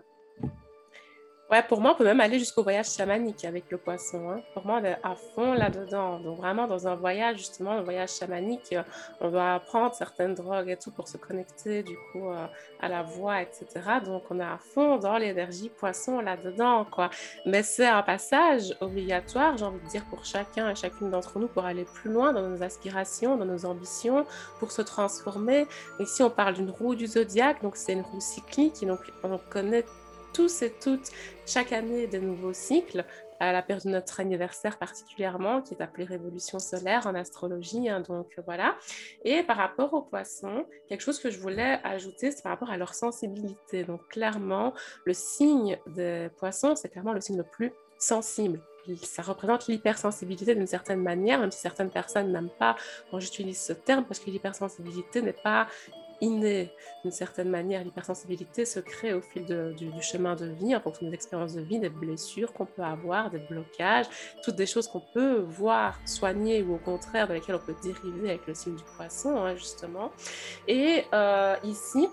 Ouais, pour moi, on peut même aller jusqu'au voyage chamanique avec le poisson, hein. Pour moi, on est à fond là-dedans. Donc, vraiment, dans un voyage, justement, un voyage chamanique, on doit prendre certaines drogues et tout pour se connecter, du coup, à la voix, etc. Donc, on est à fond dans l'énergie poisson là-dedans, quoi. Mais c'est un passage obligatoire, j'ai envie de dire, pour chacun et chacune d'entre nous pour aller plus loin dans nos aspirations, dans nos ambitions, pour se transformer. Ici, on parle d'une roue du zodiaque, donc c'est une roue cyclique, et donc on connaît tous et toutes, chaque année, des nouveaux cycles, à la période de notre anniversaire particulièrement, qui est appelée révolution solaire en astrologie, hein, donc voilà. Et par rapport aux poissons, quelque chose que je voulais ajouter, c'est par rapport à leur sensibilité. Donc clairement, le signe des poissons, c'est clairement le signe le plus sensible. Ça représente l'hypersensibilité d'une certaine manière, même si certaines personnes n'aiment pas quand j'utilise ce terme, parce que l'hypersensibilité n'est pas innée. D'une certaine manière, l'hypersensibilité se crée au fil du chemin de vie, en fonction des expériences de vie, des blessures qu'on peut avoir, des blocages, toutes des choses qu'on peut voir soigner ou au contraire dans lesquelles on peut dériver avec le signe du poisson, hein, justement. Et ici,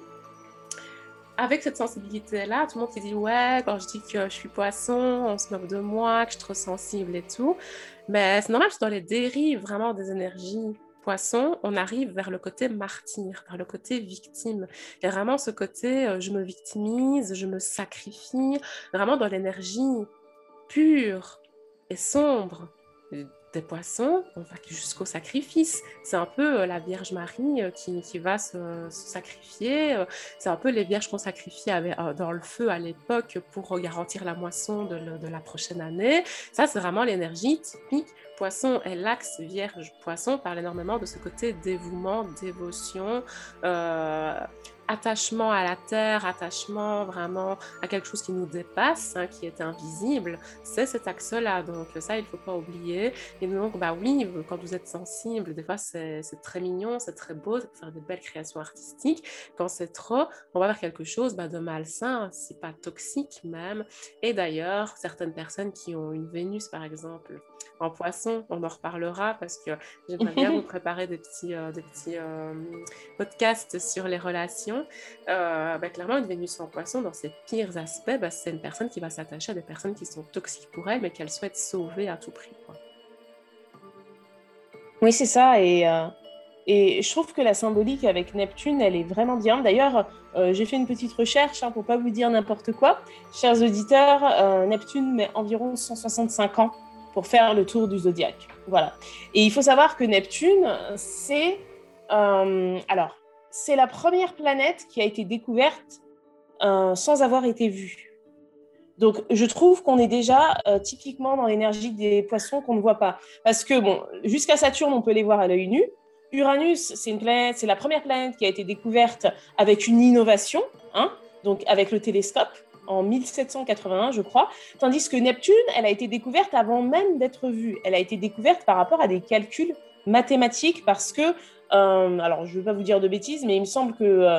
avec cette sensibilité-là, tout le monde qui dit « Ouais, quand je dis que je suis poisson, on se moque de moi, que je suis trop sensible et tout. » Mais c'est normal, parce que dans les dérives vraiment des énergies poisson, on arrive vers le côté martyr, vers le côté victime. Il y a vraiment ce côté je me victimise, je me sacrifie, vraiment dans l'énergie pure et sombre des poissons, on va jusqu'au sacrifice. C'est un peu la Vierge Marie qui va se sacrifier. C'est un peu les vierges qu'on sacrifiait dans le feu à l'époque pour garantir la moisson de la prochaine année. Ça, c'est vraiment l'énergie typique poisson. Et l'axe Vierge-Poisson parle énormément de ce côté dévouement, dévotion, attachement à la terre, attachement vraiment à quelque chose qui nous dépasse, hein, qui est invisible, c'est cet axe-là. Donc ça, il ne faut pas oublier. Et donc, bah oui, quand vous êtes sensible, des fois, c'est très mignon, c'est très beau, ça peut faire des belles créations artistiques. Quand c'est trop, on va vers quelque chose de malsain, si pas toxique même. Et d'ailleurs, certaines personnes qui ont une Vénus, par exemple, en poisson, on en reparlera parce que j'aimerais bien vous préparer des petits podcasts sur les relations. Clairement, une Vénus en poisson, dans ses pires aspects, c'est une personne qui va s'attacher à des personnes qui sont toxiques pour elle, mais qu'elle souhaite sauver à tout prix, quoi. Oui, c'est ça. Et je trouve que la symbolique avec Neptune, elle est vraiment bien. D'ailleurs, j'ai fait une petite recherche pour ne pas vous dire n'importe quoi. Chers auditeurs, Neptune met environ 165 ans pour faire le tour du zodiaque. Voilà. Et il faut savoir que Neptune, c'est la première planète qui a été découverte sans avoir été vue. Donc, je trouve qu'on est déjà typiquement dans l'énergie des poissons qu'on ne voit pas. Parce que, bon, jusqu'à Saturne, on peut les voir à l'œil nu. Uranus, c'est la première planète qui a été découverte avec une innovation, hein, donc avec le télescope en 1781, je crois, tandis que Neptune, elle a été découverte avant même d'être vue. Elle a été découverte par rapport à des calculs mathématiques parce que, alors je ne veux pas vous dire de bêtises, mais il me semble que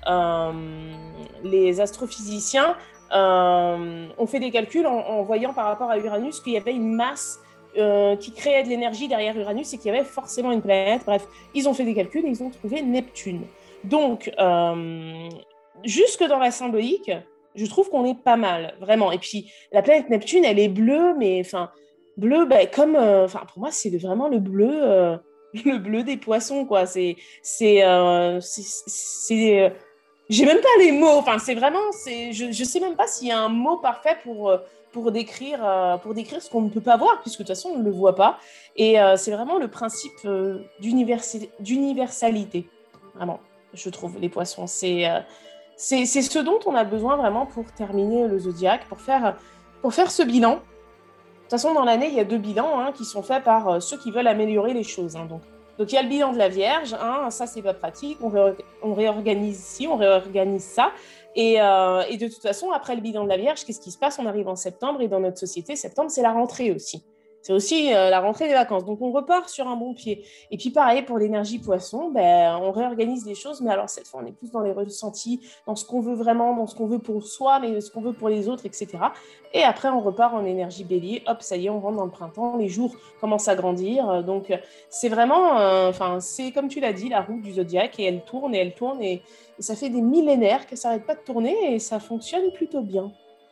les astrophysiciens ont fait des calculs en voyant par rapport à Uranus qu'il y avait une masse qui créait de l'énergie derrière Uranus et qu'il y avait forcément une planète. Bref, ils ont fait des calculs et ils ont trouvé Neptune. Donc, jusque dans la symbolique, je trouve qu'on est pas mal, vraiment. Et puis, la planète Neptune, elle est bleue, mais enfin, bleu, comme, pour moi, c'est vraiment le bleu des poissons, quoi. J'ai même pas les mots. Enfin, c'est vraiment, je sais même pas s'il y a un mot parfait pour décrire ce qu'on ne peut pas voir, puisque de toute façon, on ne le voit pas. Et c'est vraiment le principe d'universalité, vraiment, je trouve, les poissons. C'est ce dont on a besoin vraiment pour terminer le zodiaque, pour faire ce bilan. De toute façon, dans l'année, il y a 2 bilans qui sont faits par ceux qui veulent améliorer les choses. Donc, il y a le bilan de la Vierge. Ça, c'est pas pratique. On réorganise ici, on réorganise ça. Et de toute façon, après le bilan de la Vierge, qu'est-ce qui se passe? On arrive en septembre et dans notre société, septembre, c'est la rentrée aussi. C'est aussi la rentrée des vacances. Donc, on repart sur un bon pied. Et puis, pareil, pour l'énergie poisson, on réorganise les choses. Mais alors, cette fois, on est plus dans les ressentis, dans ce qu'on veut vraiment, dans ce qu'on veut pour soi, mais ce qu'on veut pour les autres, etc. Et après, on repart en énergie bélier. Hop, ça y est, on rentre dans le printemps. Les jours commencent à grandir. Donc, c'est vraiment, c'est comme tu l'as dit, la roue du zodiaque. Et elle tourne et elle tourne. Et ça fait des millénaires qu'elle ne s'arrête pas de tourner. Et ça fonctionne plutôt bien.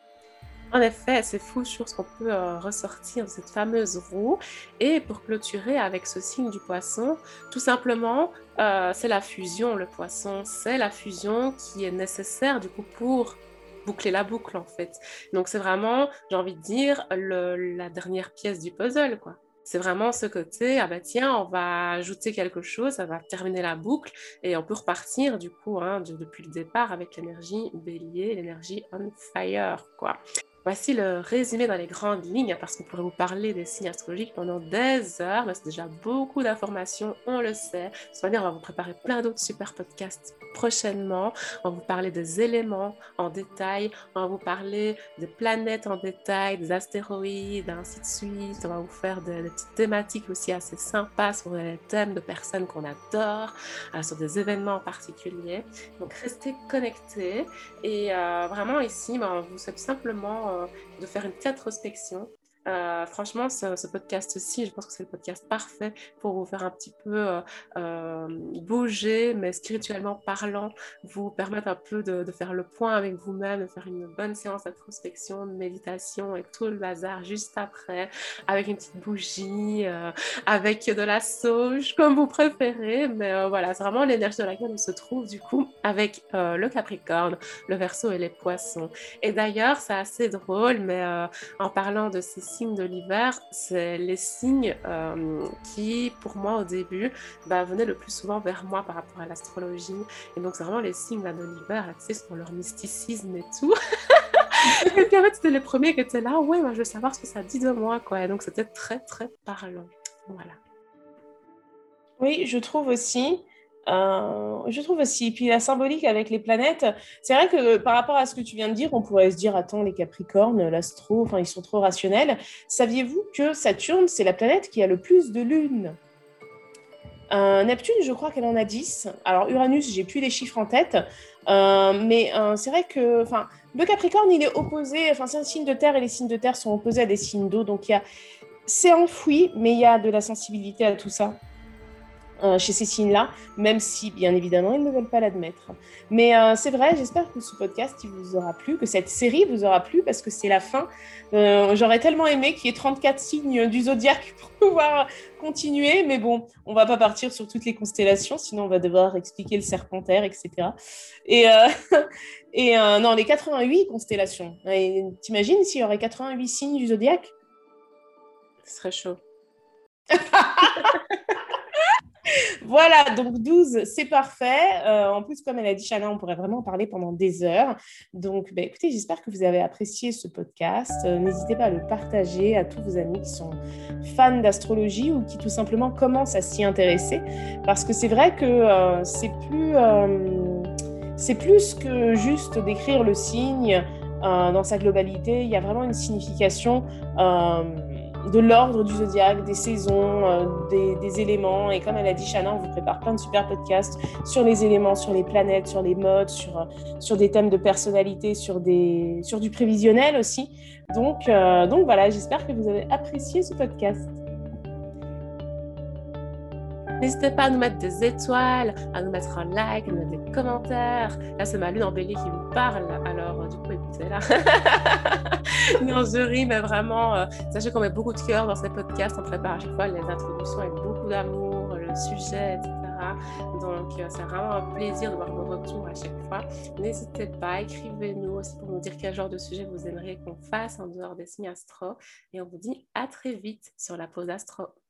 En effet, c'est fou sur ce qu'on peut ressortir de cette fameuse roue. Et pour clôturer avec ce signe du poisson, tout simplement, c'est la fusion, le poisson. C'est la fusion qui est nécessaire du coup pour boucler la boucle en fait. Donc c'est vraiment, j'ai envie de dire, la dernière pièce du puzzle, quoi. C'est vraiment ce côté, ah bah tiens, on va ajouter quelque chose, ça va terminer la boucle et on peut repartir du coup depuis le départ avec l'énergie bélier, l'énergie on fire, quoi. Voici le résumé dans les grandes lignes, parce qu'on pourrait vous parler des signes astrologiques pendant des heures, mais c'est déjà beaucoup d'informations, on le sait. De toute manière, on va vous préparer plein d'autres super podcasts prochainement. On va vous parler des éléments en détail, on va vous parler des planètes en détail, des astéroïdes, ainsi de suite. On va vous faire des petites thématiques aussi assez sympas sur les thèmes de personnes qu'on adore, sur des événements en particulier. Donc restez connectés et vraiment ici, on vous souhaite simplement de faire une petite introspection. Franchement, ce podcast-ci, je pense que c'est le podcast parfait pour vous faire un petit peu bouger, mais spirituellement parlant, vous permettre un peu de faire le point avec vous-même, de faire une bonne séance d'introspection, de méditation et tout le bazar juste après, avec une petite bougie, avec de la sauge, comme vous préférez. Mais voilà, c'est vraiment l'énergie dans laquelle on se trouve du coup avec le Capricorne, le Verseau et les Poissons. Et d'ailleurs, c'est assez drôle, mais en parlant de ces signes de l'hiver, c'est les signes qui, pour moi, au début, venaient le plus souvent vers moi par rapport à l'astrologie. Et donc, c'est vraiment les signes là, de l'hiver, là, tu sais, dans leur mysticisme et tout. Et puis, en fait, c'était les premiers qui étaient là, ouais, moi, je veux savoir ce que ça dit de moi, quoi. Et donc, c'était très, très parlant. Voilà. Oui, je trouve aussi. Puis la symbolique avec les planètes, c'est vrai que par rapport à ce que tu viens de dire, on pourrait se dire, attends, les Capricornes, l'astro, enfin, ils sont trop rationnels. Saviez-vous que Saturne, c'est la planète qui a le plus de lunes? Neptune, je crois qu'elle en a 10. Alors Uranus, j'ai plus les chiffres en tête. Mais c'est vrai que le Capricorne, il est opposé, c'est un signe de terre et les signes de terre sont opposés à des signes d'eau. Donc c'est enfoui, mais il y a de la sensibilité à tout ça. Chez ces signes-là, même si, bien évidemment, ils ne veulent pas l'admettre. Mais c'est vrai, j'espère que ce podcast il vous aura plu, que cette série vous aura plu, parce que c'est la fin. J'aurais tellement aimé qu'il y ait 34 signes du zodiaque pour pouvoir continuer, mais bon, on ne va pas partir sur toutes les constellations, sinon on va devoir expliquer le serpentaire, etc. Et, non, les 88 constellations. Et t'imagines s'il y aurait 88 signes du zodiaque? Ce serait chaud. Voilà, donc 12, c'est parfait. En plus, comme elle a dit, Chana, on pourrait vraiment en parler pendant des heures. Donc, écoutez, j'espère que vous avez apprécié ce podcast. N'hésitez pas à le partager à tous vos amis qui sont fans d'astrologie ou qui tout simplement commencent à s'y intéresser. Parce que c'est vrai que c'est plus que juste décrire le signe dans sa globalité. Il y a vraiment une signification de l'ordre du zodiaque, des saisons, des éléments. Et comme elle a dit, Chana, on vous prépare plein de super podcasts sur les éléments, sur les planètes, sur les modes, sur des thèmes de personnalité, sur du prévisionnel aussi. Donc voilà, j'espère que vous avez apprécié ce podcast. N'hésitez pas à nous mettre des étoiles, à nous mettre un like, à nous mettre des commentaires. Là, c'est ma lune en bélier qui me parle. Alors, du coup, écoutez, là. Non, je ris, mais vraiment, sachez qu'on met beaucoup de cœur dans ces podcasts. On prépare à chaque fois les introductions avec beaucoup d'amour, le sujet, etc. Donc, c'est vraiment un plaisir de voir vos retours à chaque fois. N'hésitez pas, écrivez-nous aussi pour nous dire quel genre de sujet vous aimeriez qu'on fasse en dehors des signes astro. Et on vous dit à très vite sur la pause astro.